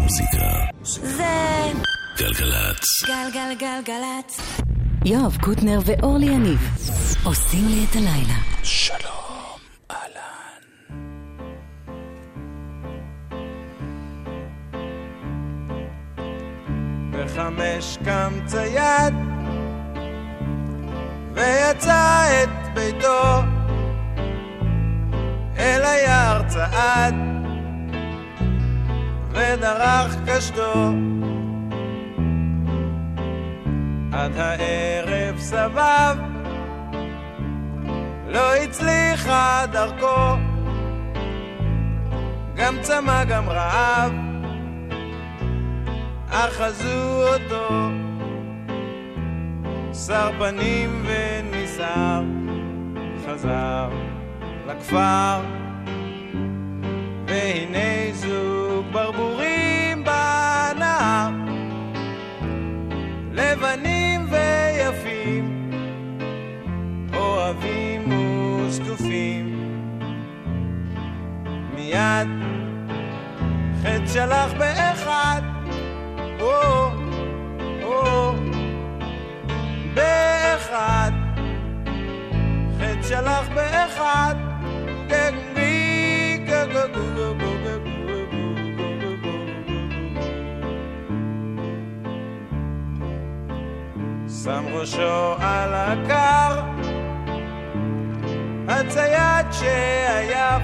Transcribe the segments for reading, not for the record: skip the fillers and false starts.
המוזיקה זה גלגלצ. גלגלגלגלצ. יואב קוטנר ואורלי יניב עושים לי את הלילה. שלום, אהלן. בחמש קם צייד ויצא את ביתו, אל היער צעד ודרך קשתו, עד הערב סבב לא הצליחה דרכו, גם צמא גם רעב אחזו אותו, שר פנים וניסר חזר לכפר, והנה זוג ברבורים בנהר, לבנים ויפים, אוהבים וסקופים. מיד חץ שלח באחד, באחד, חץ שלח באחד, שם ראשו על הקר הצייד שעייף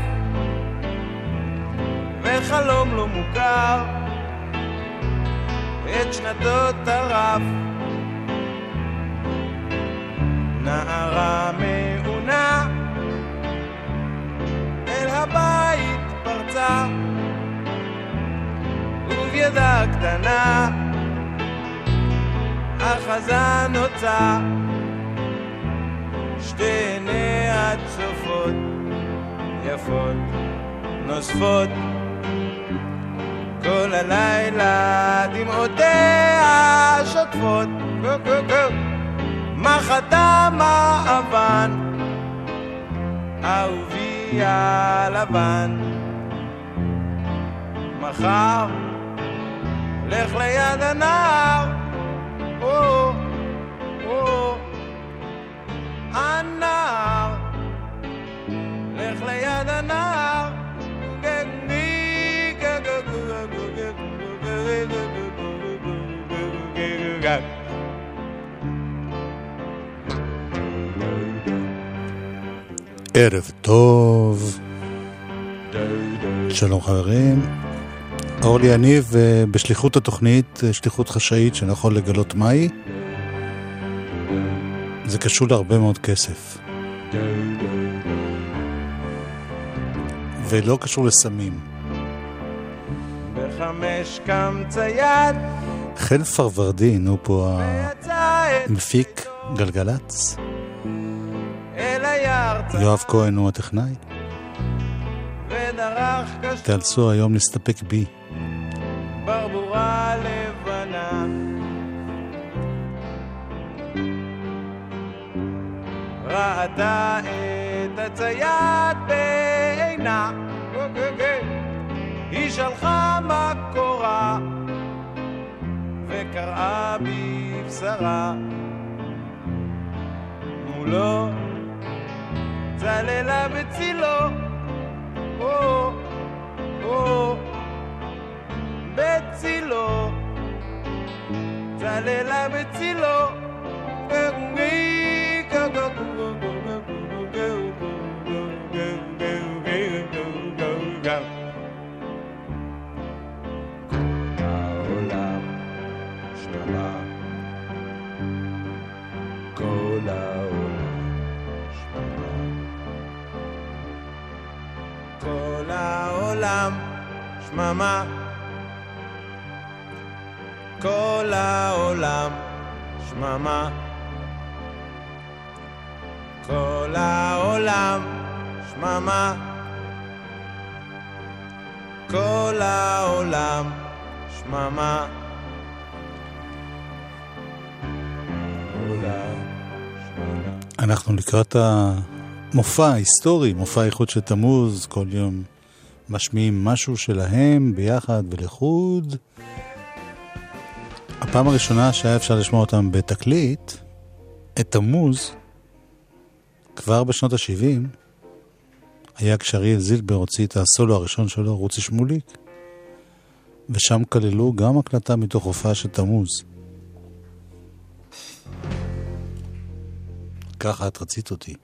וחלום לא מוכר את שנתו טרף, נערה מעונה אל הבית פרצה, ובידה קטנה אחזה נוצה, שתי עיניה צופות יפות נוספות, כל הלילה דמעותיה שוטפות, מחתה מעבן אהובי הלבן, מחר לך ליד הנהר, הנהר, לך ליד הנהר, ערב טוב, שלום חברים, אורלי יניב בשליחות התוכנית, שליחות חשאית שאני יכול לגלות מהי. זה קשור להרבה מאוד כסף ולא קשור לסמים. בחמש קם צייד חן פרוורדין הוא פה המפיק גלגלצ, יואב כהן הוא הטכנאי. תאלצו היום להסתפק בי. ברבורה לבנה ראתה את הצייד בעינה, היא שלחה מקורה וקראה בבשרה, מולו צללה בצילו, בצילו צללה בצילו, העולם שממה, כל העולם שממה, כל העולם שממה, כל העולם שממה, כל העולם שממה, כל העולם שממה, עולם שממה. אנחנו לקראת המופע ההיסטורי, מופע איחוד של תמוז, כל יום משמיעים משהו שלהם ביחד ולחוד. הפעם הראשונה שהיה אפשר לשמוע אותם בתקליט, את תמוז, כבר בשנות ה-70, היה כשאריאל זילבר הוציא את הסולו הראשון שלו, רוצי שמוליק, ושם כללו גם הקלטה מתוך הופעה של תמוז. ככה את רצית אותי.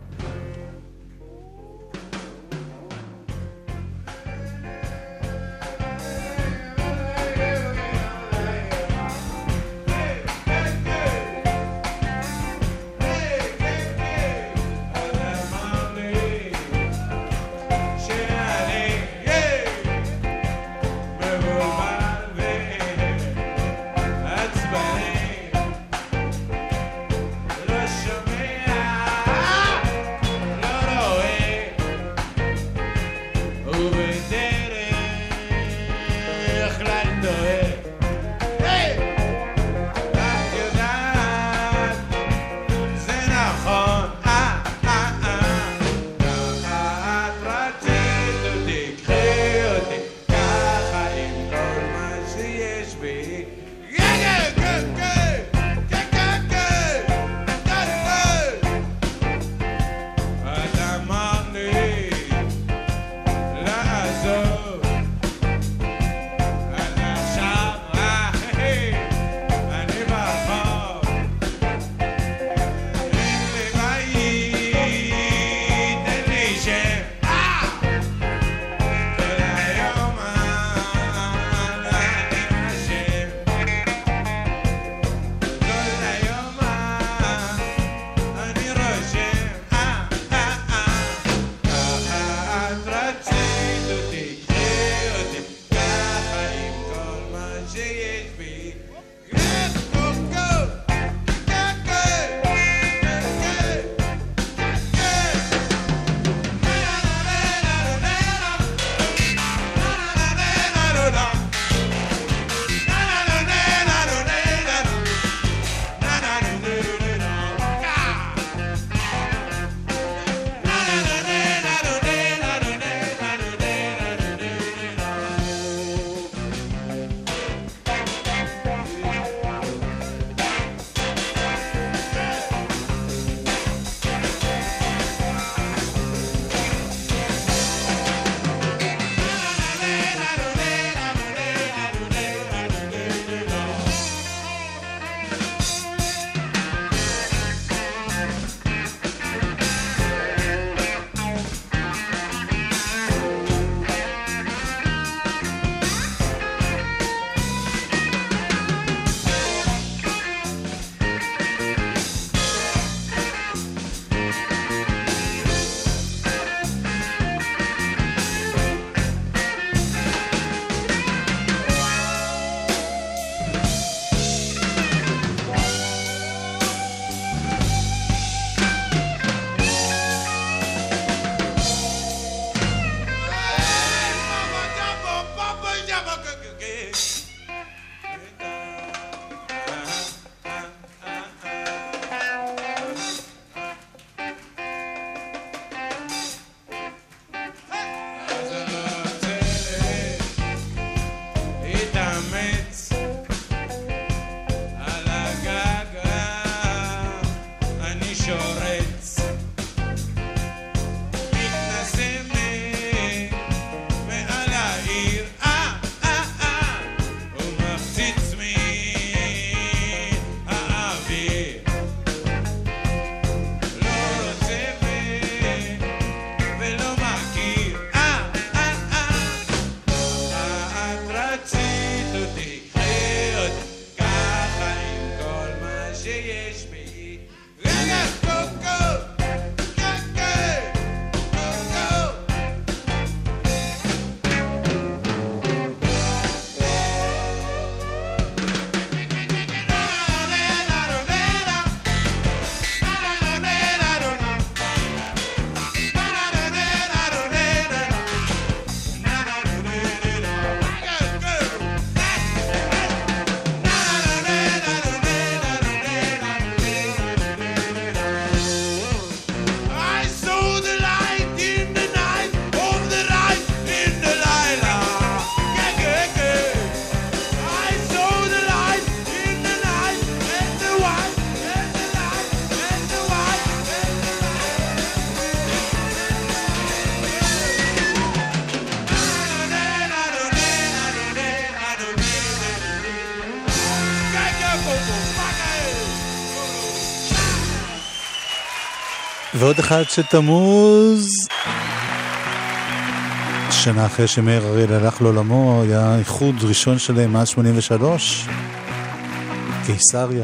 רצית אותי ועוד אחד שתמוז, שנה אחרי שמאיר אריאל הלך לעולמו, היה איחוד ראשון שלהם מאז 83, קיסריה.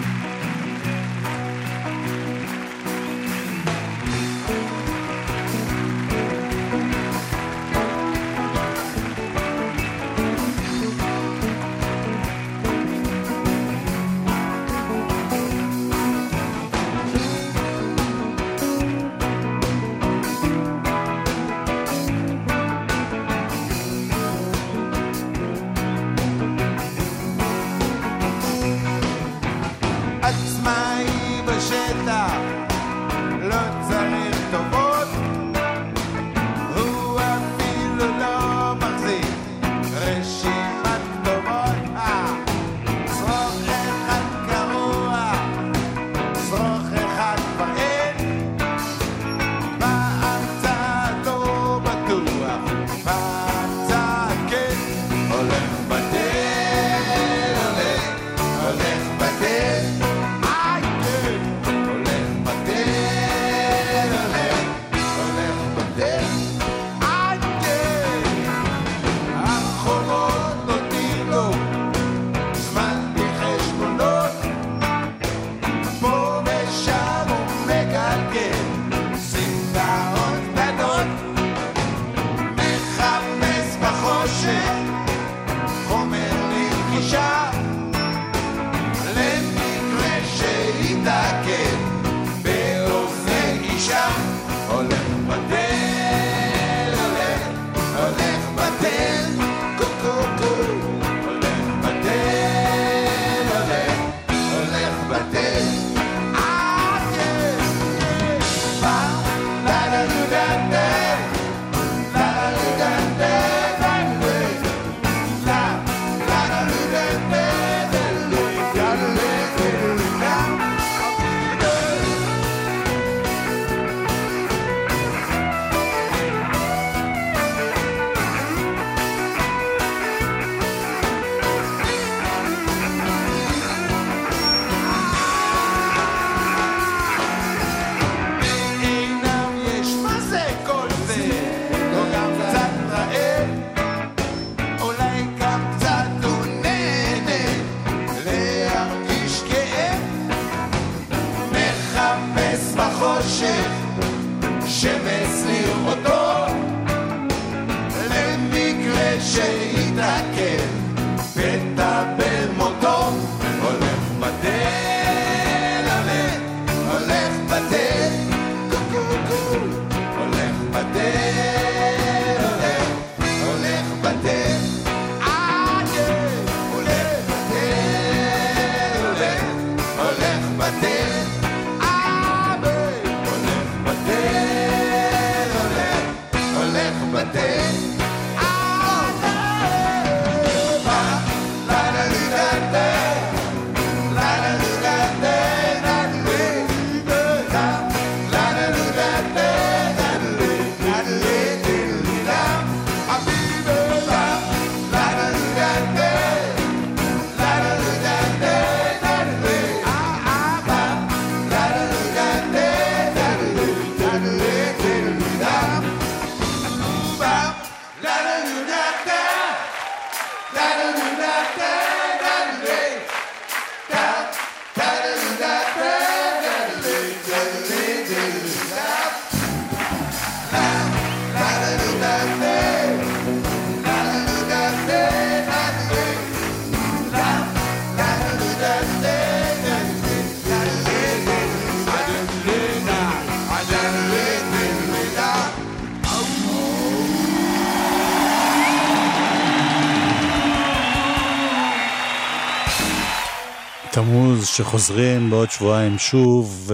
תמוז שחוזרים בעוד שבועיים שוב,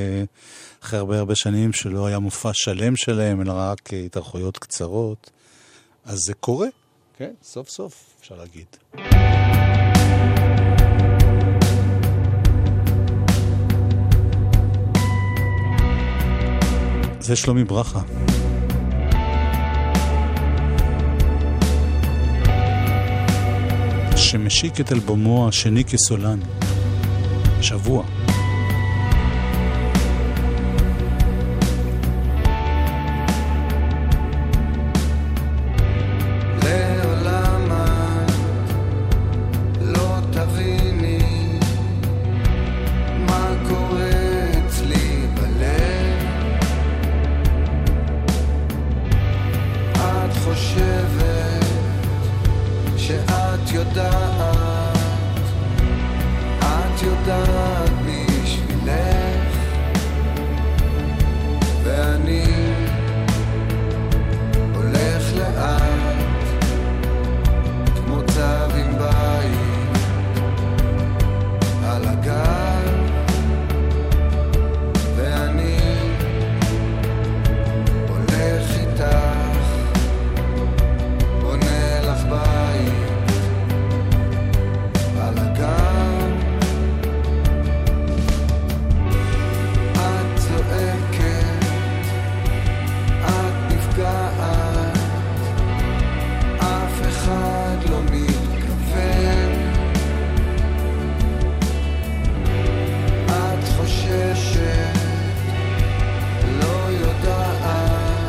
אחרי הרבה שנים שלא היה מופע שלם שלהם, אלא רק התארכויות קצרות. אז זה קורה, כן, סוף סוף אפשר להגיד. זה שלומי ברכה. שמשיק את אלבומו השני כסולן. שבוע. יודעת, את יודעת בשבילך, ואני הולך לאט כמו צב עם בית על הגל, ואני הולך איתך בונה לך בית על הגל. את צועקת, את נפגעת, אף אחד לא מתכוון, את חוששת, לא יודעת,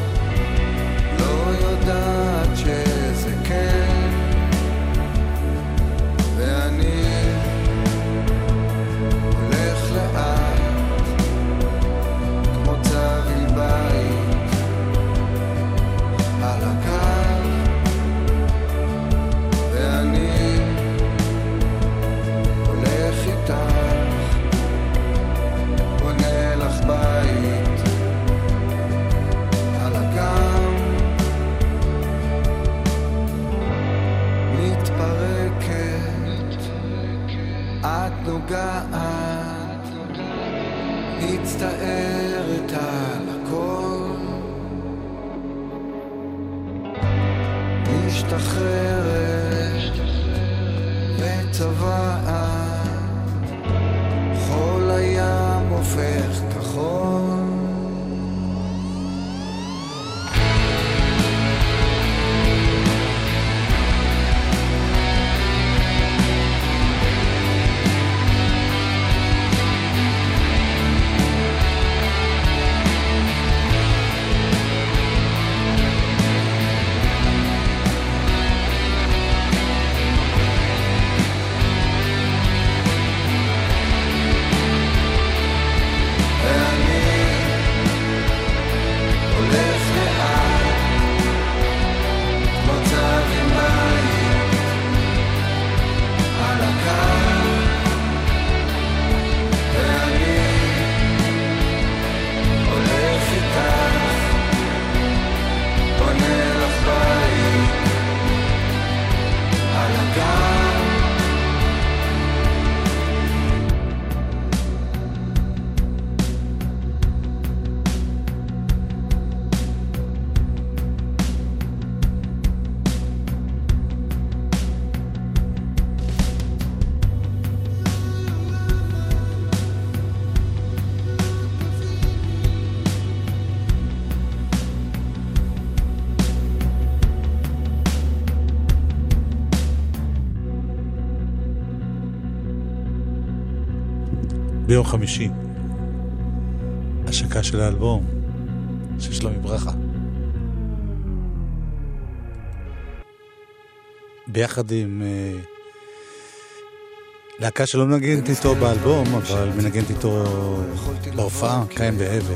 לא יודעת שזה כן, ואני הולך לאט כמו צב עם בית על הקו, ואני הולך איתך בונה לך בית על הקו, מתפרקת, את נוגעת, מצטערת על הכל, משתחררת וצבעת, חול הים הופך כחול. ביום חמישי, השקה של האלבום של שלומי ברכה, ביחד עם להקה שלא מנגנת איתו באלבום, אבל מנגנת איתו בהופעה, קיים ועבר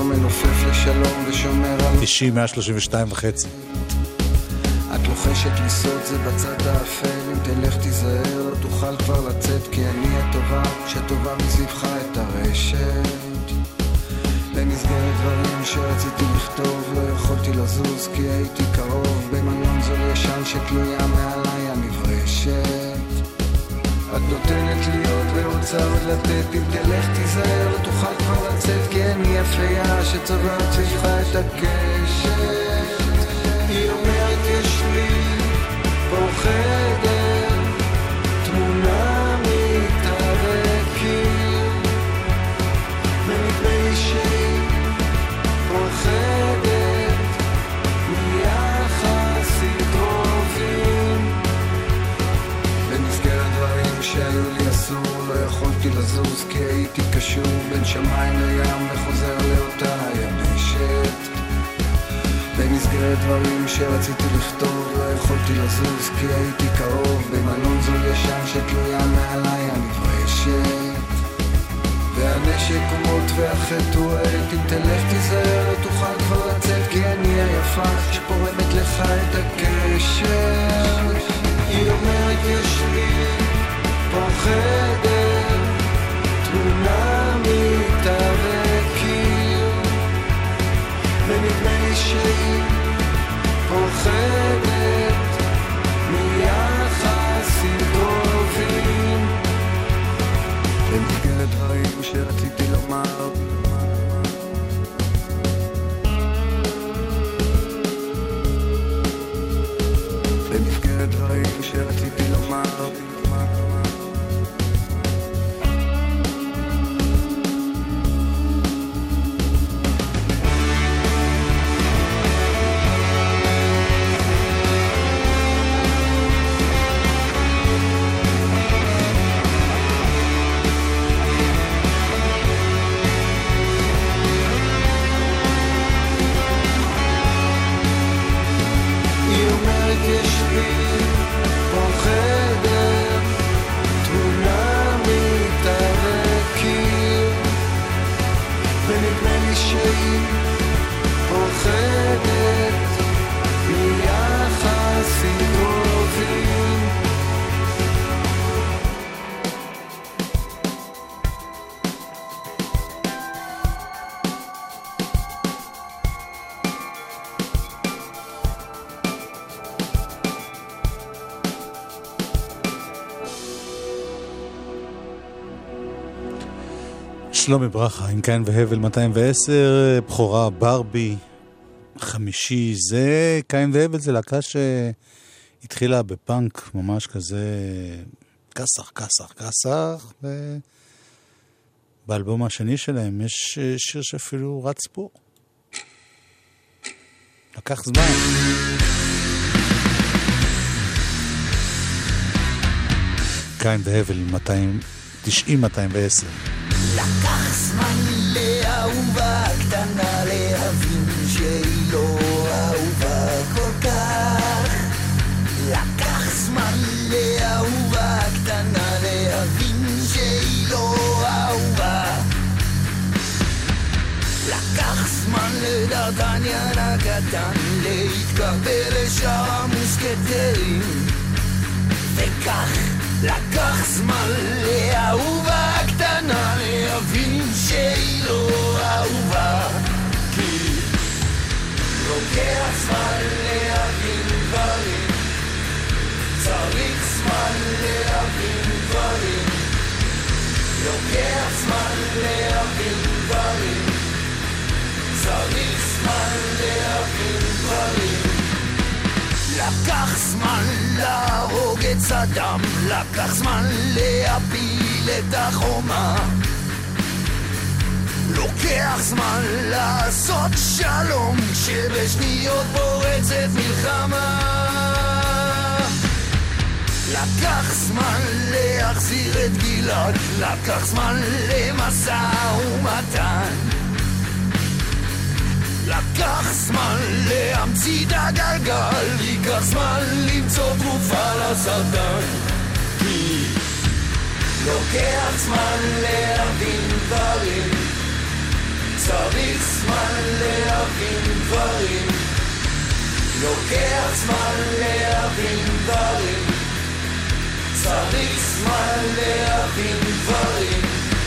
90-132.5. את לוחשת לסוד זה בצד האפל, אם תלך תיזהר לא תוכל כבר לצאת, כי אני הטובה שטובה מסביבך את הרשת. במסגרת דברים שרציתי לכתוב לא יכולתי לזוז כי הייתי קרוב במלון זול ישן שתלויה מעליי המברשת. את נותנת להיות ורוצה עוד לתת, אם תלך תיזהר לא תוכל כבר לצאת, כי אני אפליה שצובעת סביבך את הקשת. היא אומרת יש לי פוחדת תמונה מתאבקים ומתביישים, פוחדת מיחסים קרובים. במסגרת דברים שהיו לי אסור לא יכולתי לזוז כי הייתי קשור בין שמיים לים וחוזר לאותה יבשת. במסגרת דברים שרציתי לכתוב לא יכולתי לזוז כי הייתי קרוב במלון זול ישן שתלויה מעליי המברשת. והנשק הוא מוט והחטא הוא עט, אם תלך תיזהר לא תוכל כבר לצאת, כי אני היפה שפורמת לך את הקשת. היא אומרת יש לי פוחדת, תמונה מיטה וקיר, ונדמה לי שהיא פוחדת מיחסים קרובים. במסגרת דברים שרציתי לומר, במסגרת דברים שרציתי לומר, יש לי פוחדת, תמונה מיטה וקיר, ונדמה לי שהיא פוחדת מיחסים קרובים. שלומי ברכה עם קיין והבל 210, בחורה ברבי, חמישי. זה קיין והבל, זה להקה שהתחילה בפאנק ממש כזה כסח, ובאלבום השני שלהם יש שיר שאפילו רץ פה, לקח זמן. קיין והבל 290-210. לקח זמן לאהובה קטנה להבין שהיא לא אהובה כל כך. לקח זמן לאהובה קטנה להבין שהיא לא אהובה. לקח זמן לדרדניאן הקטן להתקבל לשאר המוסקטרים, וכך לקח זמן לאהובה קטנה להבין שהיא לא אהובה. כי לוקח זמן להבין דברים, צריך זמן להבין דברים, לוקח זמן להבין דברים, צריך זמן להבין דברים. לקח זמן להרוג את סדם, לקח זמן להפיל את החומה, לוקח זמן לעשות שלום כשבשניות פורצת מלחמה. לקח זמן להחזיר את גלעד, לקח זמן למשא ומתן, לקח זמן להמציא את הגלגל, ייקח זמן למצוא תרופה לסרטן. כי לוקח זמן להבין דברים, צריך זמן להבין דברים, לוקח זמן להבין דברים, צריך זמן להבין דברים.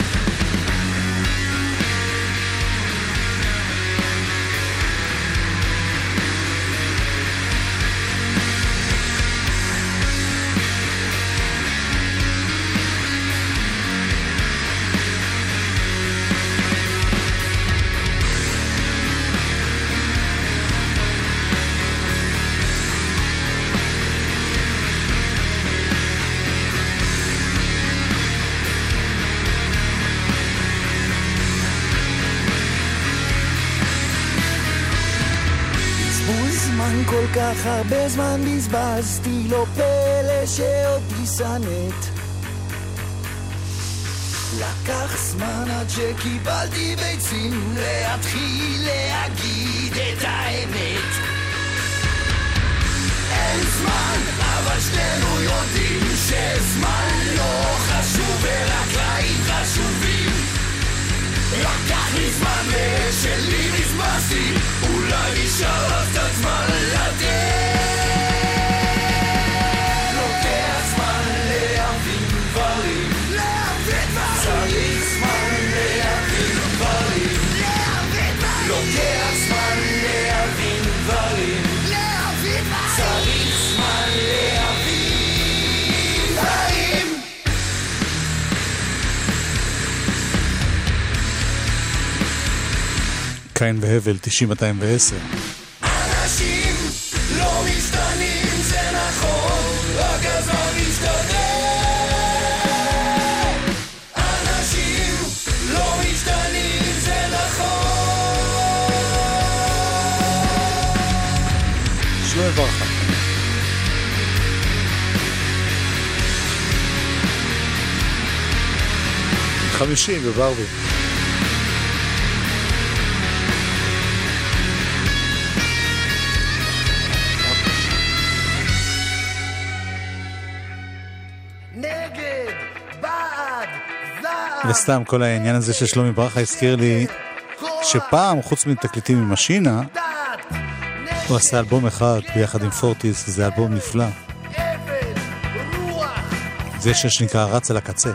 כל כך הרבה זמן בזבזתי, לא פלא שאותי שנאת. לקח זמן עד שקיבלתי ביצים להתחיל להגיד את האמת. אין זמן, אבל שנינו יודעים שזמן לא חשוב ורק חיים חשובים. לקח לי זמן ושלי בזבזתי, אולי נשאר אז קצת זמן לתת. קין והבל 90-210. אנשים לא משתנים, זה נכון, רק הזמן משתנה. אנשים לא משתנים, זה נכון. שלום וברכה. חמישי בברבי. נגד, בעד, זעם. וסתם כל העניין הזה של שלומי ברכה הזכיר לי שפעם, חוץ מתקליטים עם השינה, הוא עשה אלבום אחד ביחד עם פורטיס, זה אלבום נפלא. זה שנקרא רץ על הקצה.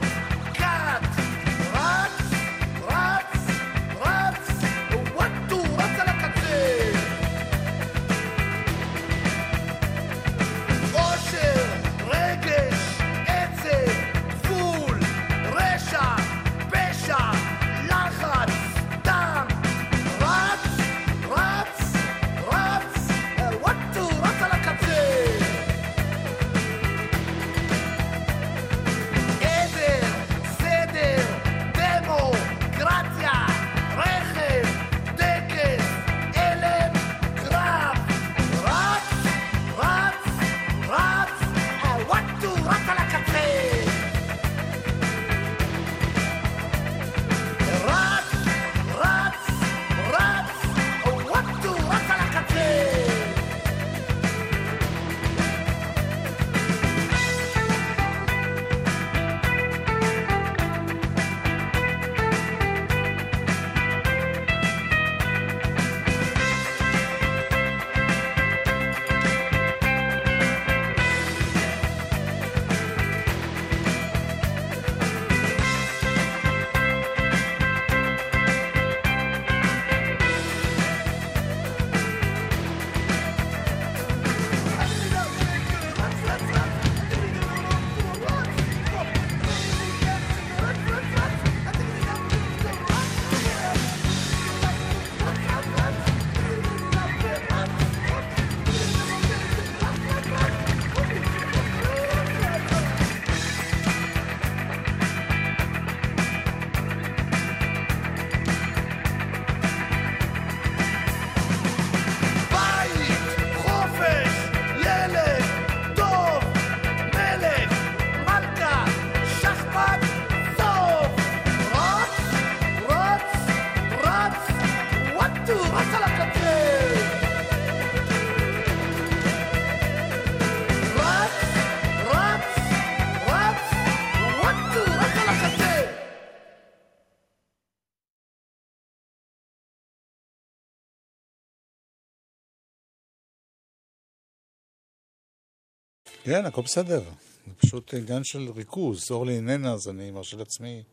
כן, הכל בסדר. זה פשוט עניין של ריכוז. אורלי איננה, אז אני מרשה לעצמי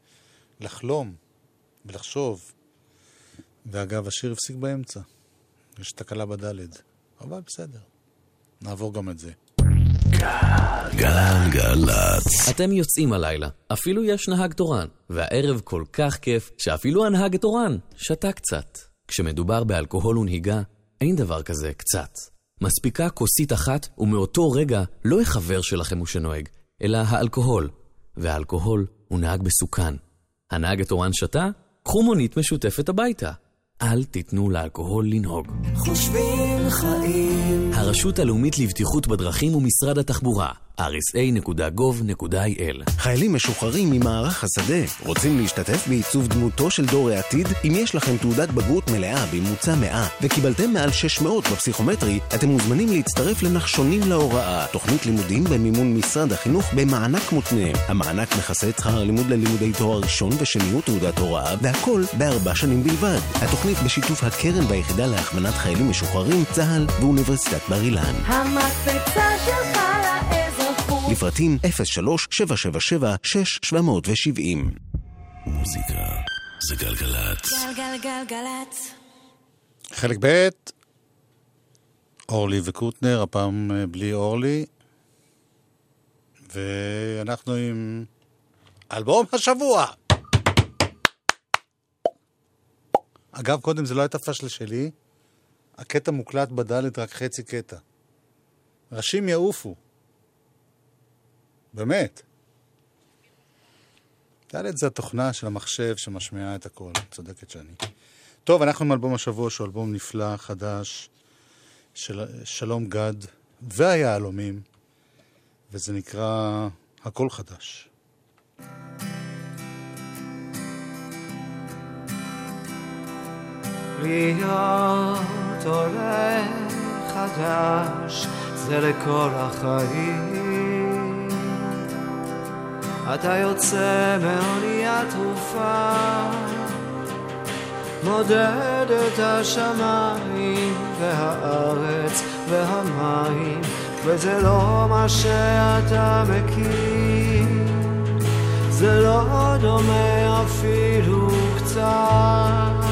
לחלום ולחשוב. ואגב, השיר הפסיק באמצע. יש תקלה בדלת. אבל בסדר. נעבור גם את זה. גלגלצ. אתם יוצאים הלילה, אפילו יש נהג תורן, והערב כל כך כיף שאפילו הנהג התורן שתה קצת. כשמדובר באלכוהול ונהיגה, אין דבר כזה קצת. מספיקה כוסית אחת, ומאותו רגע לא החבר שלכם הוא שנוהג, אלא האלכוהול. והאלכוהול הוא נהג בסוכן. הנהג התורן שתה, קחו מונית משותפת הביתה. אל תיתנו לאלכוהול לנהוג. חושבים חיים. הרשות הלאומית לבטיחות בדרכים ומשרד התחבורה, rsa.gov.il. חיילים משוחררים ממערך השדה רוצים להשתתף בעיצוב דמותו של דור העתיד? אם יש לכם תעודת בגרות מלאה בממוצע 100 וקיבלתם מעל 600 בפסיכומטרי, אתם מוזמנים להצטרף לנחשונים להוראה, תוכנית לימודים במימון משרד החינוך במענק מותנה. המענק מכסה את שכר הלימוד ללימודי תואר ראשון ושניות תעודת הוראה, והכל ב4 שנים בלבד. התוכנית בשיתוף הקרן והיחידה להכוונת חיילים משוחררים, צה"ל ואוניברסיטת בר אילן. המקפצה שלך לאזרחות. לפרטים 03-777-6770. מוזיקה זה גלגלצ. גלגלגלגלצ. חלק ב' אורלי וקוטנר, הפעם בלי אורלי. ואנחנו עם אלבום השבוע. אגב, קודם זה לא הייתה פשלה שלי, הקטע מוקלט בדלת רק חצי קטע. ראשים יעופו. באמת. דלת זה התוכנה של המחשב שמשמיעה את הכל, צודקת שאני. טוב, אנחנו עם אלבום השבוע, שהוא אלבום נפלא, חדש, של שלום גד והיהלומים, וזה נקרא הכל חדש. להיות עולה חדש זה לכל החיים. אתה יוצא מאונייה תרופה, מודד את השמיים והארץ והמים, וזה לא מה שאתה מכיר, זה לא דומה אפילו קצת.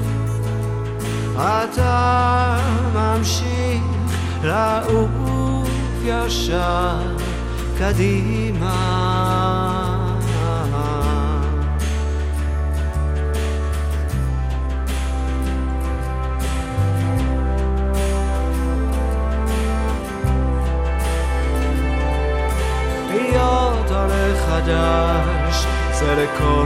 אתה ממשיך לעוף ישר קדימה, להיות עולה חדש זה לכל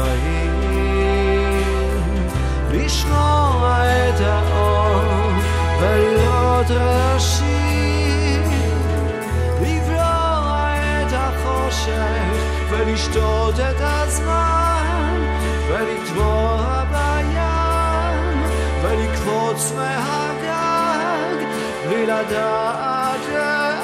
החיים, לשמוע את האור ולהיות רעשים, לבלוע את החושך ולשתות את הזמן, ולטבוע בים ולקפוץ מהגג בלי לדעת לאן.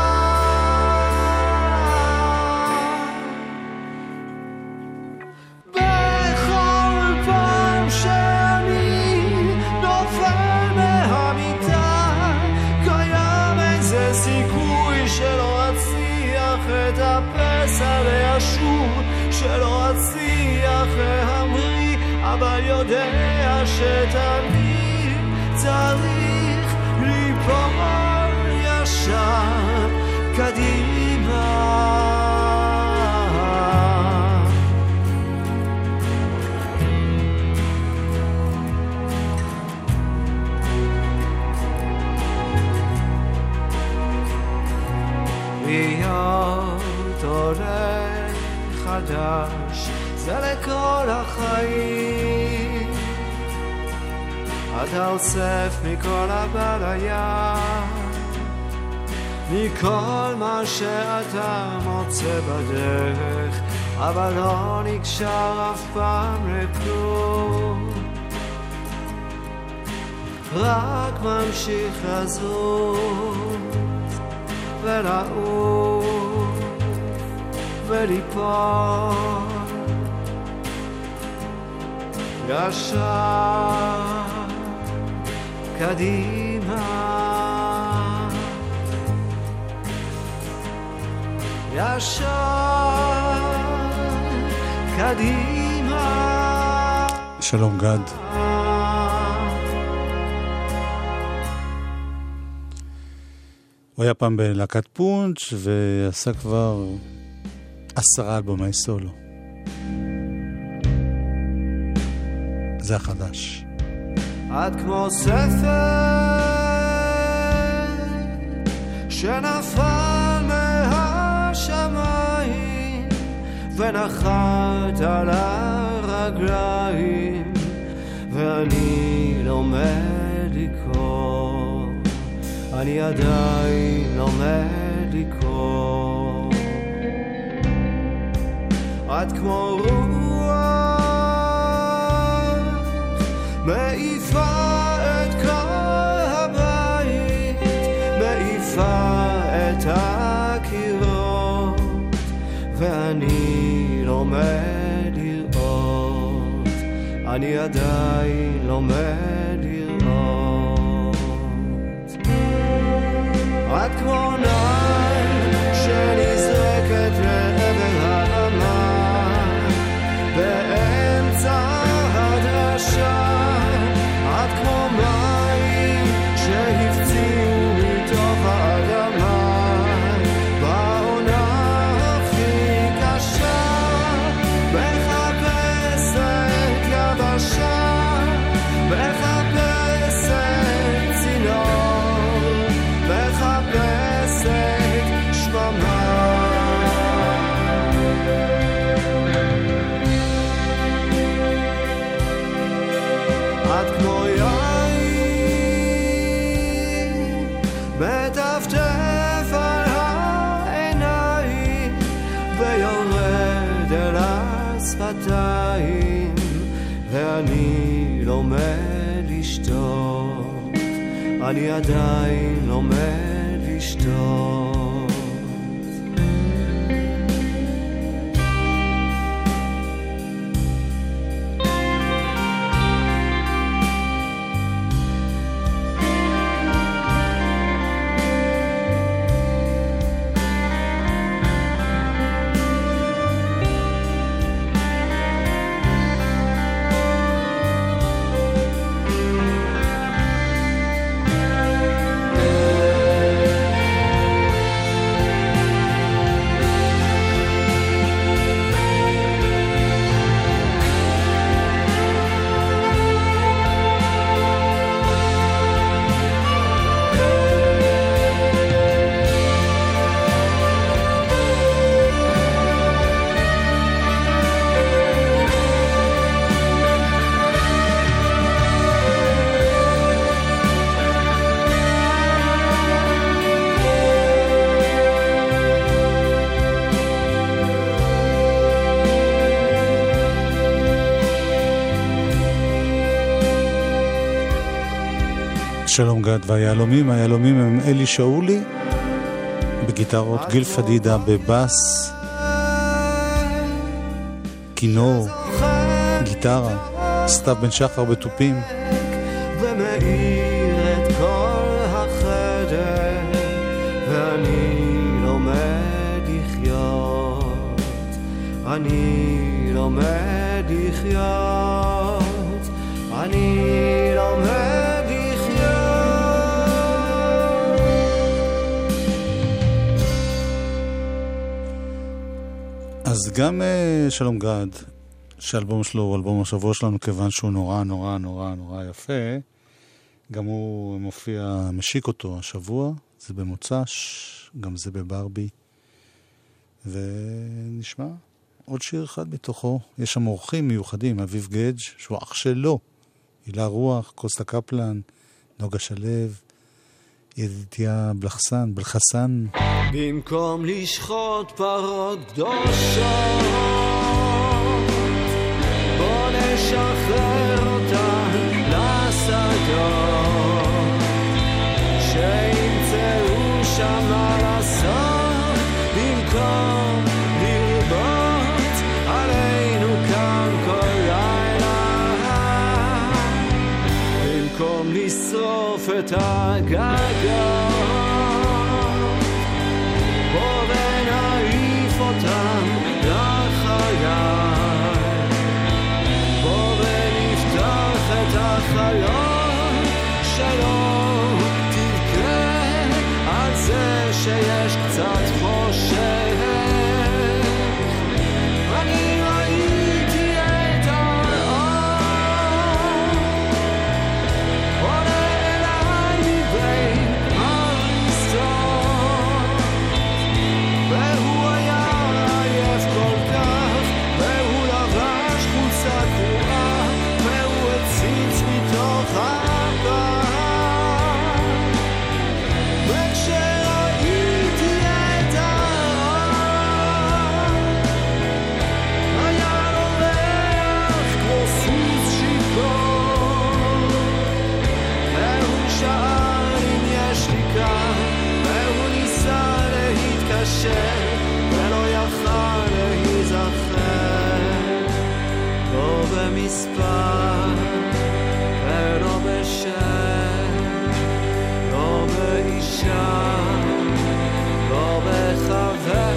בכל פעם שאני נופל מהמיטה קיים איזה סיכוי שלא אצליח לטפס על הישוב, שלא אצליח להמריא, אבל יודע שתמיד צריך ליפול ישר קדימה. להיות עולה חדש זה לכל החיים, אתה אוסף מכל הבעיה, מכל מה שאתה מוצא בדרך, אבל לא נקשר אף פעם לכלום, רק ממשיך לזוז ולעוף וליפול ישר קדימה, ישר קדימה. שלום גד. הוא היה פעם בלהקת פונץ' ועשה כבר 10 אלבומי סולו. זה החדש. את כמו ספר שנפל מהשמיים ונחת על הרגליים, ואני לומד לקרוא, אני עדיין לומד לקרוא. את כמו רוח מעיפה את כל הבית, מעיפה את הקירות, ואני לומד לראות, אני עדיין לומד לראות. את כמו נעל שנזרקת לעבר הבמה באמצע הדרשה, את כמו מים שהפציעו מתוך האדמה בעונה הכי קשה, מחפשת יבשה ואני לומד לשתות, אני עדיין לומד לשתות. שלום גד והיהלומים, היהלומים הם אלי שאולי בגיטרות, גיל פדידה בבאס, כינור, גיטרה, סתיו בן שחר בטופים, ומאיר את כל החדר, ואני לומד לחיות, אני לומד לחיות, אני לומד. אז גם שלום גד, שהאלבום שלו הוא אלבום השבוע שלנו, כיוון שהוא נורא נורא נורא נורא יפה, גם הוא מופיע, משיק אותו השבוע, זה במוצ"ש, גם זה בברבי, ונשמע עוד שיר אחד מתוכו. יש שם אורחים מיוחדים, אביב גדג' שהוא אח שלו, הילה רוח, קוסטה קפלן, נוגה שלו, ידידיה בלחסן. במקום לשחוט פרות קדושות, בוא נשחרר אותן לשדות, שימצאו שם מה לעשות, במקום לרבות עלינו כאן כל לילה, במקום לשרוף את הגגות, בוא ונעיף אותם לחלל, בוא ונפתח את החלון, שלא תבכה על זה שיש קצת חושך. אני ראיתי את האור עולה אליי מבין הריסות, והוא היה עייף כל כך, והוא לבש חולצה קרועה, והוא הציץ מתוך הבית, וכשראיתי את האור היה לו ריח כמו סוס שיכור, והוא שאל אם יש לי כאן, והוא ניסה להתקשר ולא יכל להיזכר, לא במספר ולא בשם, לא באישה, לא בחבר.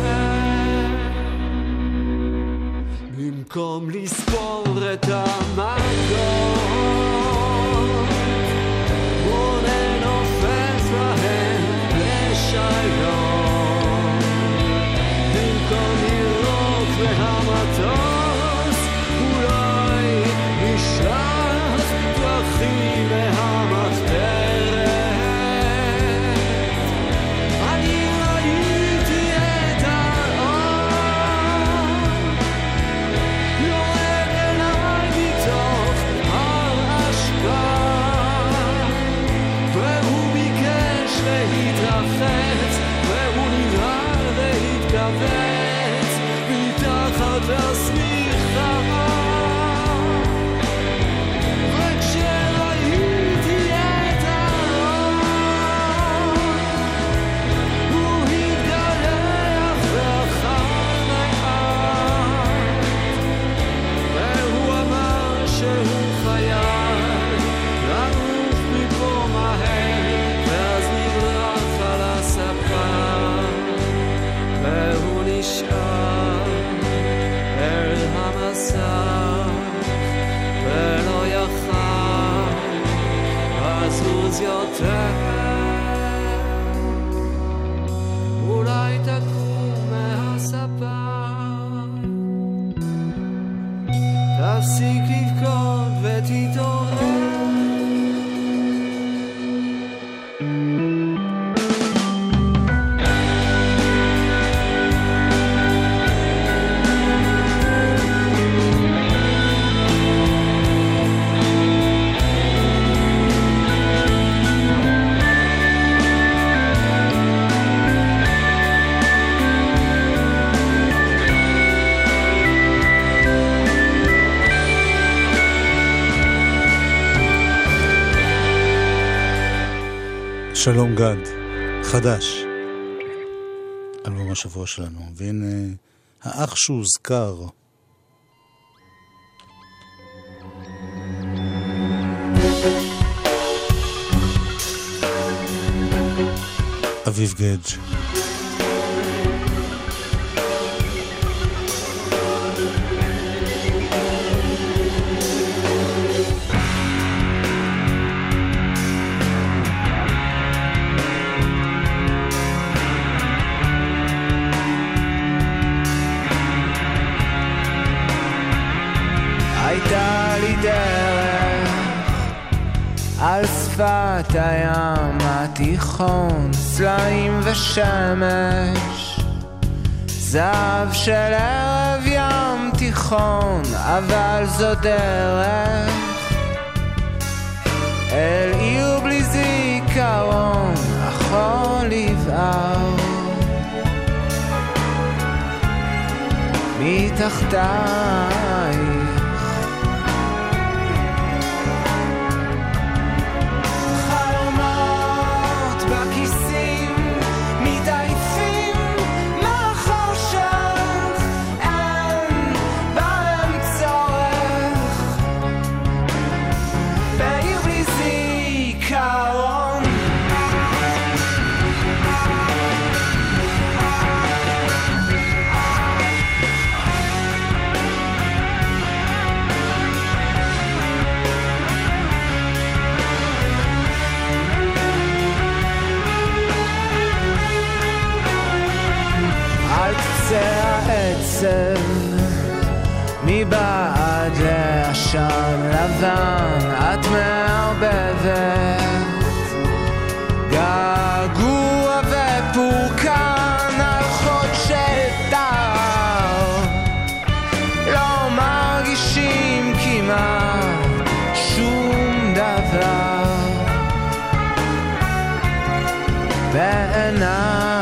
במקום לספור את המכות, בוא ננופף להם לשלום, במקום לירוק והמטוס, אולי נשלח פרחים מהמחתרת. אני ראיתי את האור יורד אליי מתוך הר אשפה, והוא ביקש להתרחץ, והוא נראה להתכווץ מתחת לשמיכה, שלום גד, חדש. אלבום השבוע שלנו, והנה האח שהוזכר. אביב גדג'. הייתה לי דרך על שפת הים התיכון, צלעים ושמש, זהב של ערב ים תיכון, אבל זו דרך אל עיר בלי זיכרון, החול יבער מתחתיי. מבעד לעשן לבן את מערבבת געגוע ופורקן על חוד של טער, לא מרגישים כמעט שום דבר בעיניי.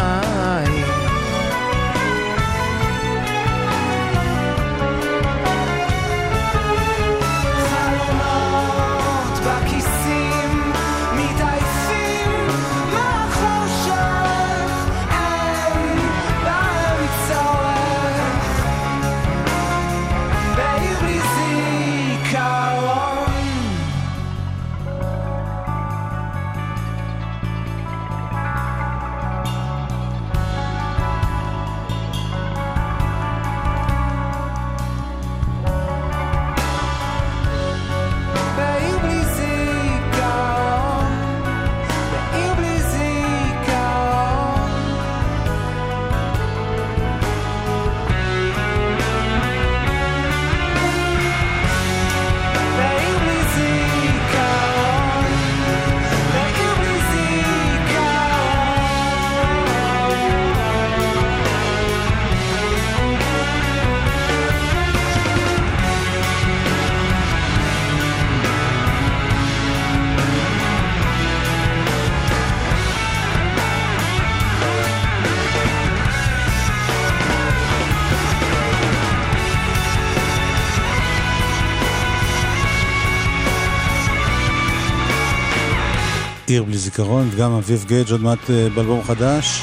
עיר בלי זיכרון, וגם אביב גדג' עוד מעט באלבום חדש.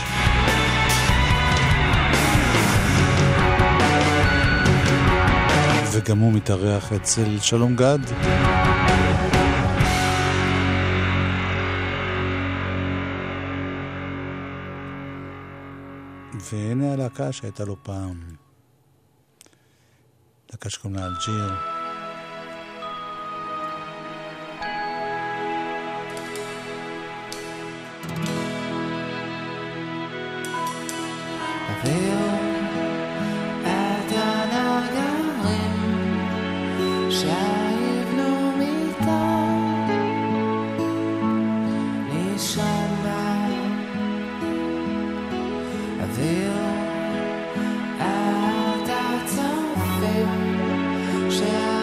וגם הוא מתארח אצל שלום גד. והנה הלהקה שהייתה לו פעם, להקה שקוראים לה אלג'יר. Yeah.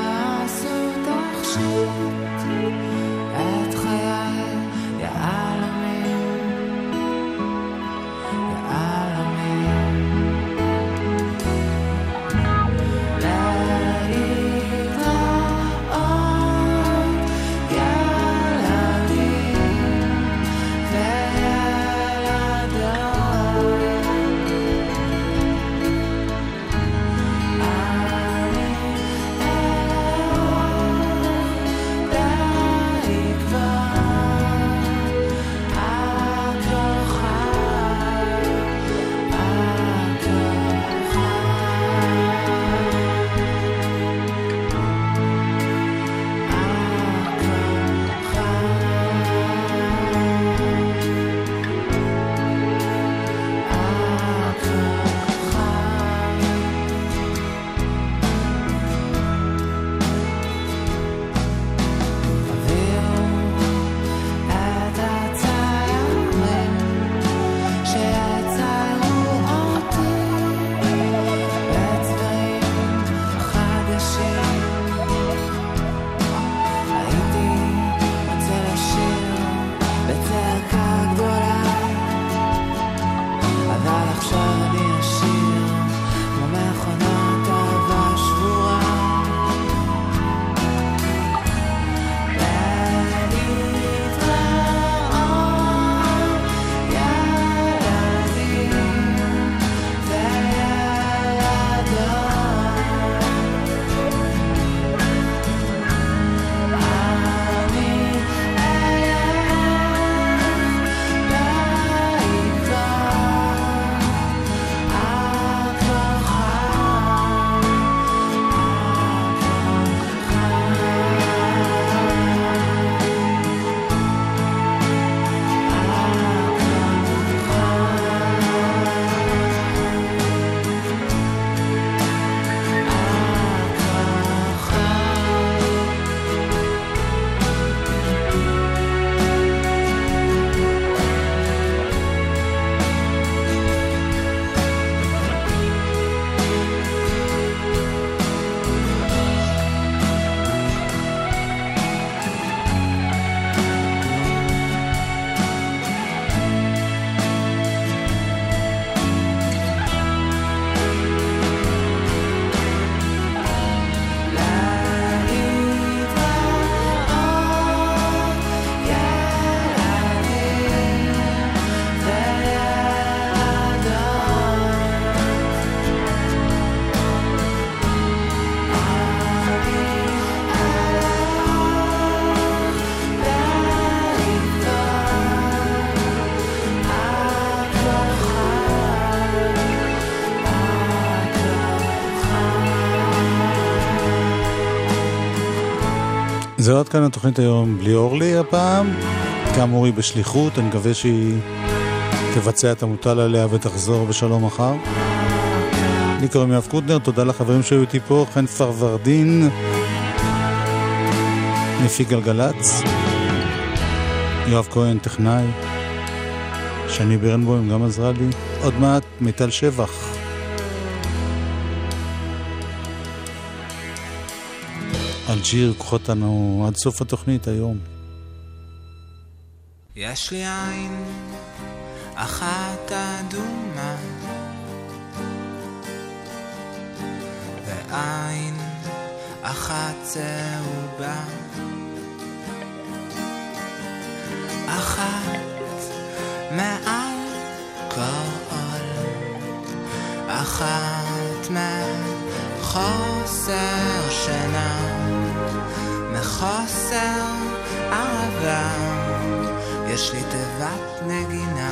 זה עוד כאן התוכנית היום בלי אורלי הפעם. כאמור היא בשליחות, אני מקווה שהיא תבצע את המוטל עליה ותחזור בשלום מחר. לי קוראים יואב קוטנר, תודה לחברים שהיו איתי פה, חן פרוורדין, מפיק גלגלץ, יואב כהן טכנאי, שני בירנבוים גם עזרה לי, עוד מעט מיטל שבח. אלג'יר כוחות לנו עד סוף התוכנית היום. יש לי עין אחת אדומה ועין אחת צהובה, אחת מעל כל, אחת מחוסר שינה, מחוסר אהבה. יש לי תיבת נגינה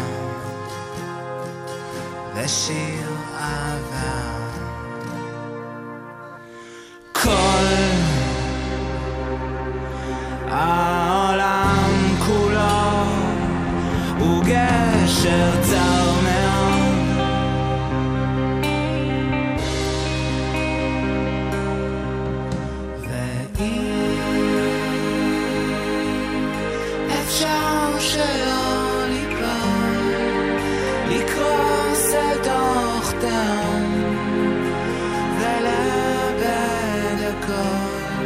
ושיר אהבה. כל העולם כולו הוא גשר צר מאוד, ואי אפשר שלא ליפול, לקרוס אל תוך תהום ולאבד הכל.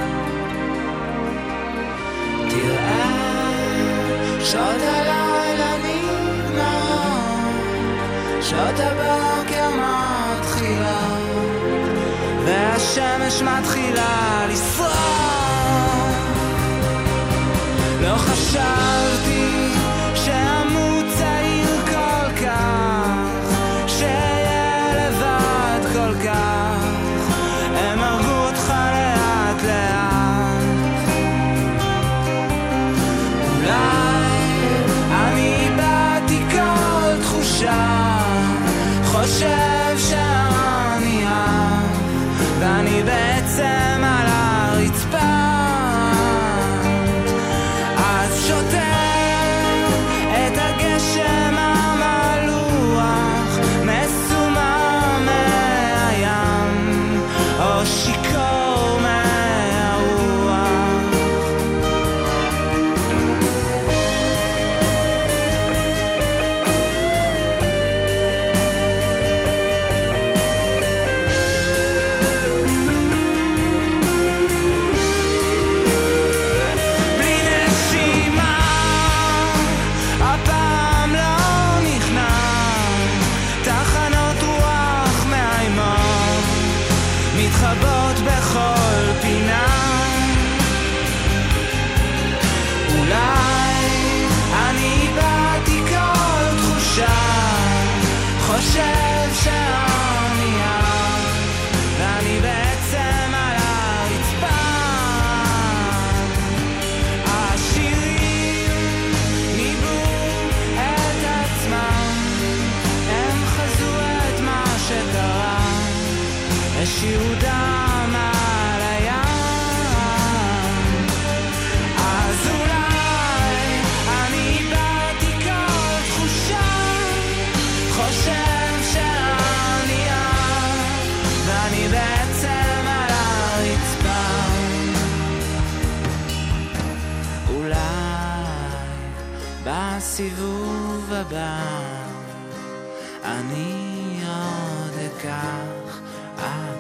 תראה שעות הלילה נגמרות, שעות הבוקר מתחילות, והשמש מתחילה לשרוף. לא חשבתי שאמות צעיר כל כך, שאהיה לבד כל כך, הם הרגו אותך לאט לאט. אולי אני איבדתי כל תחושה, חושב שאני אהב, ואני בעצם על הרצפה. שוטר את הגשם המלוח, מסומם מהים או שיקור מהרוח. מתחבות בכל פינה. אולי אני איבדתי כל תחושה, חושב שאני אהב, ואני בעצם על הרצפה. השירים ניבאו את עצמם, הם חזו את מה שקרה, השאירו דם על הים. אז אולי אני איבדתי כל תחושה, חושב שאני אהב, ואני בעצם על הרצפה. אולי בסיבוב הבא אני עוד אקח